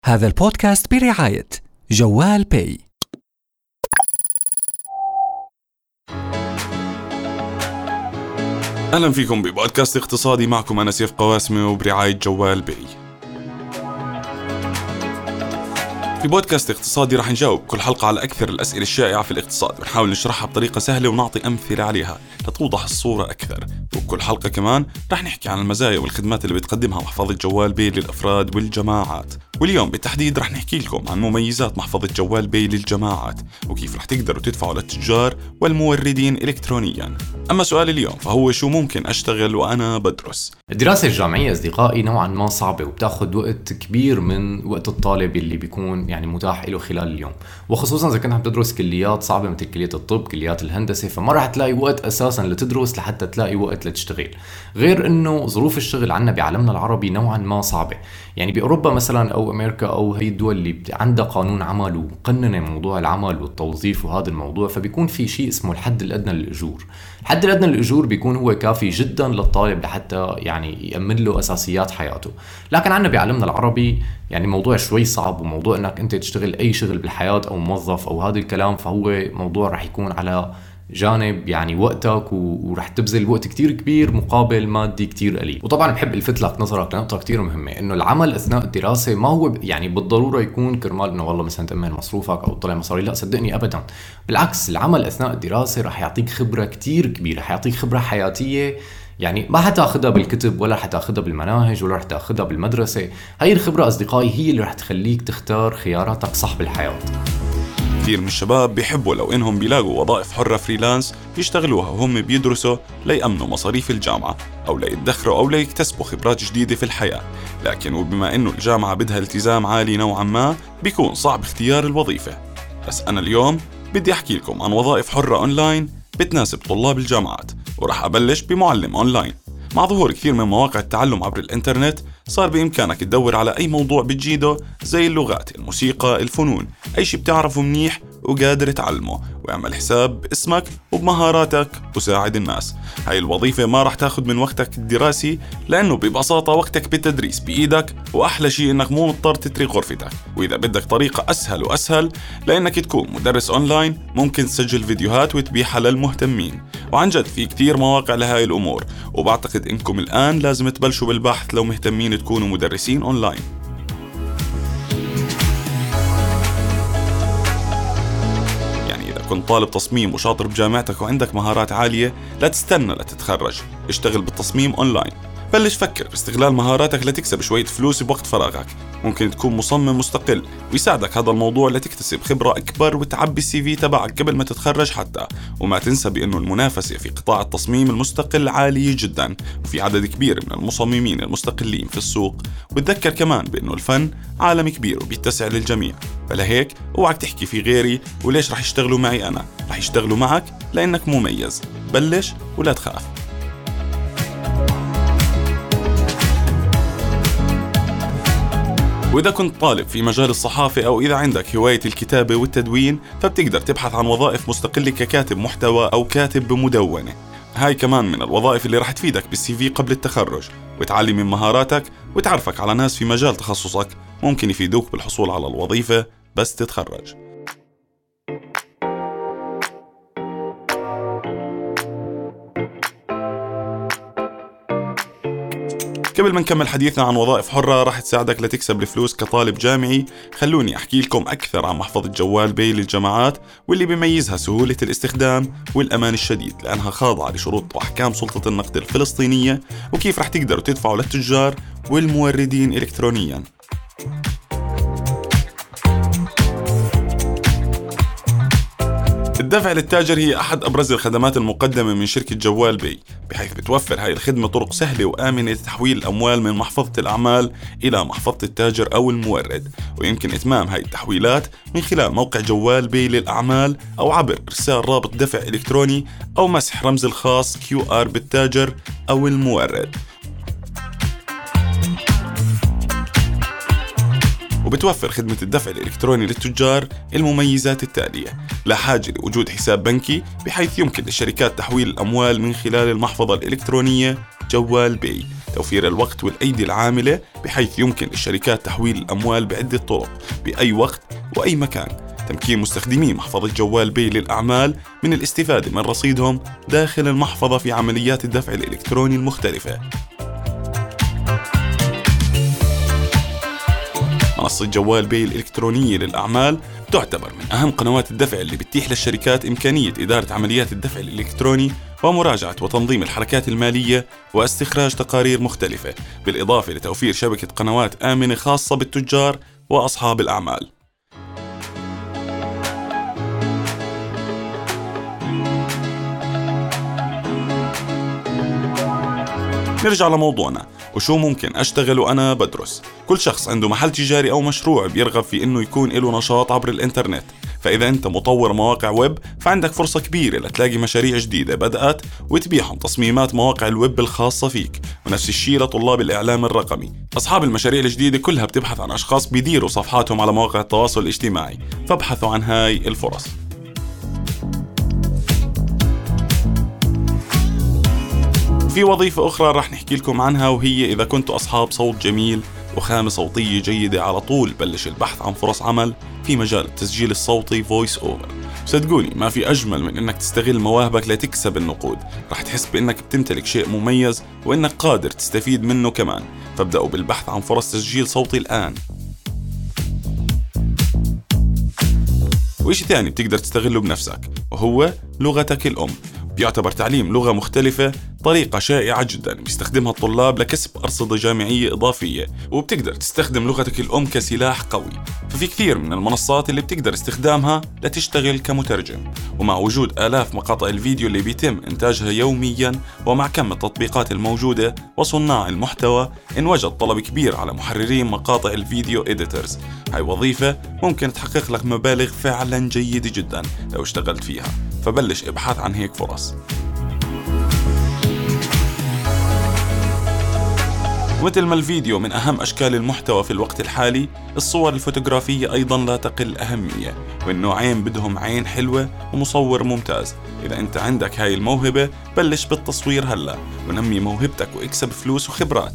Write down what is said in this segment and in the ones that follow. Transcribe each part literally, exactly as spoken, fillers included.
هذا البودكاست برعاية جوال باي. أهلا فيكم ببودكاست اقتصادي، معكم أنا سيف قواسمي وبرعاية جوال باي. في بودكاست اقتصادي رح نجاوب كل حلقة على أكثر الأسئلة الشائعة في الاقتصاد، ونحاول نشرحها بطريقة سهلة ونعطي أمثلة عليها لتوضح الصورة أكثر. وبكل حلقة كمان رح نحكي عن المزايا والخدمات اللي بتقدمها محفظة جوال باي للأفراد والجماعات. واليوم بالتحديد رح نحكي لكم عن مميزات محفظة جوال باي للجماعات وكيف رح تقدروا تدفعوا للتجار والموردين إلكترونياً. أما سؤال اليوم فهو شو ممكن أشتغل وأنا بدرس؟ الدراسة الجامعية أصدقائي نوعاً ما صعبة وبتاخد وقت كبير من وقت الطالب اللي بيكون يعني متاح له خلال اليوم، وخصوصاً إذا كنت عم تدرس كليات صعبة مثل كلية الطب، كليات الهندسة، فما رح تلاقي وقت أساساً لتدرس لحتى تلاقي وقت لتشتغل. غير إنه ظروف الشغل عنا بعالمنا العربي نوعاً ما صعبة. يعني بأوروبا مثلاً أو أمريكا أو هي الدول اللي عندها قانون عمل وقنن موضوع العمل والتوظيف وهذا الموضوع، فبيكون في شيء اسمه الحد الأدنى للأجور. الحد الأدنى للأجور بيكون هو كافي جداً للطالب لحتى يعني يأمن له أساسيات حياته. لكن عنا بعالمنا العربي يعني موضوع شوي صعب، وموضوع إنك أنت تشتغل أي شغل بالحياة أو موظف أو هذا الكلام، فهو موضوع رح يكون على جانب يعني وقتك ورح تبذل وقت كتير كبير مقابل مادي كتير قليل. وطبعا بحب الفت لك نظرك لنقطة كتير مهمة، انه العمل اثناء الدراسة ما هو يعني بالضرورة يكون كرمال انه والله مثلا تأمن مصروفك او تطلع مصاري، لا صدقني ابدا. بالعكس، العمل اثناء الدراسة رح يعطيك خبرة كتير كبيرة، رح يعطيك خبرة حياتية يعني ما حتاخدها بالكتب ولا حتاخدها بالمناهج ولا رح تاخدها بالمدرسة. هاي الخبرة أصدقائي هي اللي رح تخليك تختار خياراتك صح بالحياة. كثير من الشباب بيحبوا لو إنهم بيلاقوا وظائف حرة فريلانس يشتغلوها وهم بيدرسوا ليأمنوا مصاريف الجامعة أو ليدخروا أو ليكتسبوا خبرات جديدة في الحياة. لكن وبما إنه الجامعة بدها التزام عالي نوعا ما بيكون صعب اختيار الوظيفة. بس أنا اليوم بدي أحكي لكم عن وظائف حرة أونلاين بتناسب طلاب الجامعات، ورح أبلش بمعلم أونلاين. مع ظهور كثير من مواقع التعلم عبر الإنترنت صار بإمكانك تدور على أي موضوع بتجيده، زي اللغات، الموسيقى، الفنون، أي شيء بتعرفه منيح وقادر تعلمه، واعمل حساب باسمك وبمهاراتك وساعد الناس. هاي الوظيفة ما رح تاخد من وقتك الدراسي، لأنه ببساطة وقتك بالتدريس بإيدك، وأحلى شيء إنك مو مضطر تترك غرفتك. وإذا بدك طريقة أسهل وأسهل لأنك تكون مدرس أونلاين، ممكن تسجل فيديوهات وتبيعها للمهتمين. وعن جد في كتير مواقع لهاي الأمور، وبعتقد إنكم الآن لازم تبلشوا بالبحث لو مهتمين تكونوا مدرسين أونلاين. كنت طالب تصميم وشاطر بجامعتك وعندك مهارات عالية، لا تستنى لتتخرج، اشتغل بالتصميم أونلاين. بلش فكر باستغلال مهاراتك لتكسب شوية فلوس بوقت فراغك. ممكن تكون مصمم مستقل ويساعدك هذا الموضوع لتكتسب خبرة أكبر وتعبي السي في تبعك قبل ما تتخرج حتى. وما تنسى بأنه المنافسة في قطاع التصميم المستقل عالية جدا، وفي عدد كبير من المصممين المستقلين في السوق. وتذكر كمان بأنه الفن عالم كبير وبيتسع للجميع، فلهيك اوعك تحكي في غيري وليش رح يشتغلوا معي أنا. رح يشتغلوا معك لأنك مميز. بلش ولا تخاف. وإذا كنت طالب في مجال الصحافة أو إذا عندك هواية الكتابة والتدوين، فبتقدر تبحث عن وظائف مستقلة ككاتب محتوى أو كاتب بمدونة. هاي كمان من الوظائف اللي رح تفيدك بالسي في قبل التخرج، وتعلي من مهاراتك وتعرفك على ناس في مجال تخصصك ممكن يفيدوك بالحصول على الوظيفة بس تتخرج. قبل ما نكمل حديثنا عن وظائف حرة رح تساعدك لتكسب الفلوس كطالب جامعي، خلوني أحكي لكم أكثر عن محفظة جوال باي للجماعات، واللي بيميزها سهولة الاستخدام والأمان الشديد، لأنها خاضعة لشروط وأحكام سلطة النقد الفلسطينية، وكيف رح تقدروا تدفعوا للتجار والموردين إلكترونياً. الدفع للتاجر هي أحد أبرز الخدمات المقدمة من شركة جوال باي، بحيث بتوفر هاي الخدمة طرق سهلة وآمنة لتحويل الأموال من محفظة الأعمال إلى محفظة التاجر أو المورد. ويمكن إتمام هاي التحويلات من خلال موقع جوال باي للأعمال، أو عبر إرسال رابط دفع إلكتروني، أو مسح رمز الخاص كيو آر بالتاجر أو المورد. وبتوفر خدمة الدفع الإلكتروني للتجار المميزات التالية: لا حاجة لوجود حساب بنكي، بحيث يمكن للشركات تحويل الأموال من خلال المحفظة الإلكترونية جوال باي. توفير الوقت والأيدي العاملة بحيث يمكن للشركات تحويل الأموال بعدة طرق بأي وقت وأي مكان، تمكين مستخدمي محفظة جوال باي للأعمال من الاستفادة من رصيدهم داخل المحفظة في عمليات الدفع الإلكتروني المختلفة. منصة جوال باي الإلكترونية للأعمال تعتبر من أهم قنوات الدفع اللي بتتيح للشركات إمكانية إدارة عمليات الدفع الإلكتروني ومراجعة وتنظيم الحركات المالية واستخراج تقارير مختلفة، بالإضافة لتوفير شبكة قنوات آمنة خاصة بالتجار وأصحاب الأعمال. نرجع لموضوعنا، وشو ممكن أشتغل وأنا بدرس؟ كل شخص عنده محل تجاري أو مشروع بيرغب في إنه يكون له نشاط عبر الإنترنت، فإذا أنت مطور مواقع ويب فعندك فرصة كبيرة لتلاقي مشاريع جديدة بدأت وتبيعهم تصميمات مواقع الويب الخاصة فيك، ونفس الشيء لطلاب الإعلام الرقمي. أصحاب المشاريع الجديدة كلها بتبحث عن أشخاص بيديروا صفحاتهم على مواقع التواصل الاجتماعي، فابحثوا عن هاي الفرص. في وظيفة أخرى رح نحكي لكم عنها، وهي إذا كنتوا أصحاب صوت جميل وخامة صوتية جيدة على طول بلش البحث عن فرص عمل في مجال التسجيل الصوتي فويس أوفر. صدقوني ما في أجمل من إنك تستغل مواهبك لتكسب النقود، رح تحس بإنك بتمتلك شيء مميز وإنك قادر تستفيد منه كمان، فابدأوا بالبحث عن فرص تسجيل صوتي الآن. وإشي تاني بتقدر تستغله بنفسك وهو لغتك الأم. بيعتبر تعليم لغة مختلفة طريقة شائعة جدا بيستخدمها الطلاب لكسب أرصدة جامعية إضافية، وبتقدر تستخدم لغتك الأم كسلاح قوي. ففي كثير من المنصات اللي بتقدر استخدامها لتشتغل كمترجم، ومع وجود آلاف مقاطع الفيديو اللي بيتم إنتاجها يوميا، ومع كم التطبيقات الموجودة وصناع المحتوى، انوجد طلب كبير على محررين مقاطع الفيديو إديترز. هاي وظيفة ممكن تحقق لك مبالغ فعلا جيدة جدا لو اشتغلت فيها، فبلش ابحث عن هيك فرص. مثل ما الفيديو من أهم أشكال المحتوى في الوقت الحالي، الصور الفوتوغرافية أيضاً لا تقل أهمية، والنوعين بدهم عين حلوة ومصور ممتاز. إذا أنت عندك هاي الموهبة بلش بالتصوير هلأ ونمي موهبتك واكسب فلوس وخبرات.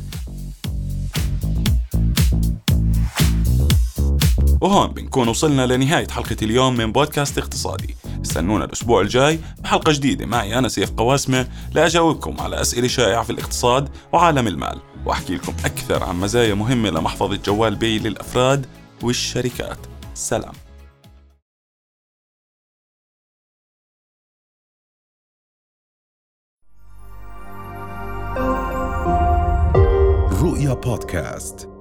وهون بنكون وصلنا لنهاية حلقة اليوم من بودكاست اقتصادي. استنونا الأسبوع الجاي بحلقة جديدة معي أنا سيف قواسمة لأجاوبكم على أسئلة شائعة في الاقتصاد وعالم المال، وأحكي لكم أكثر عن مزايا مهمة لمحفظة جوال باي للأفراد والشركات. سلام. رؤيا بودكاست.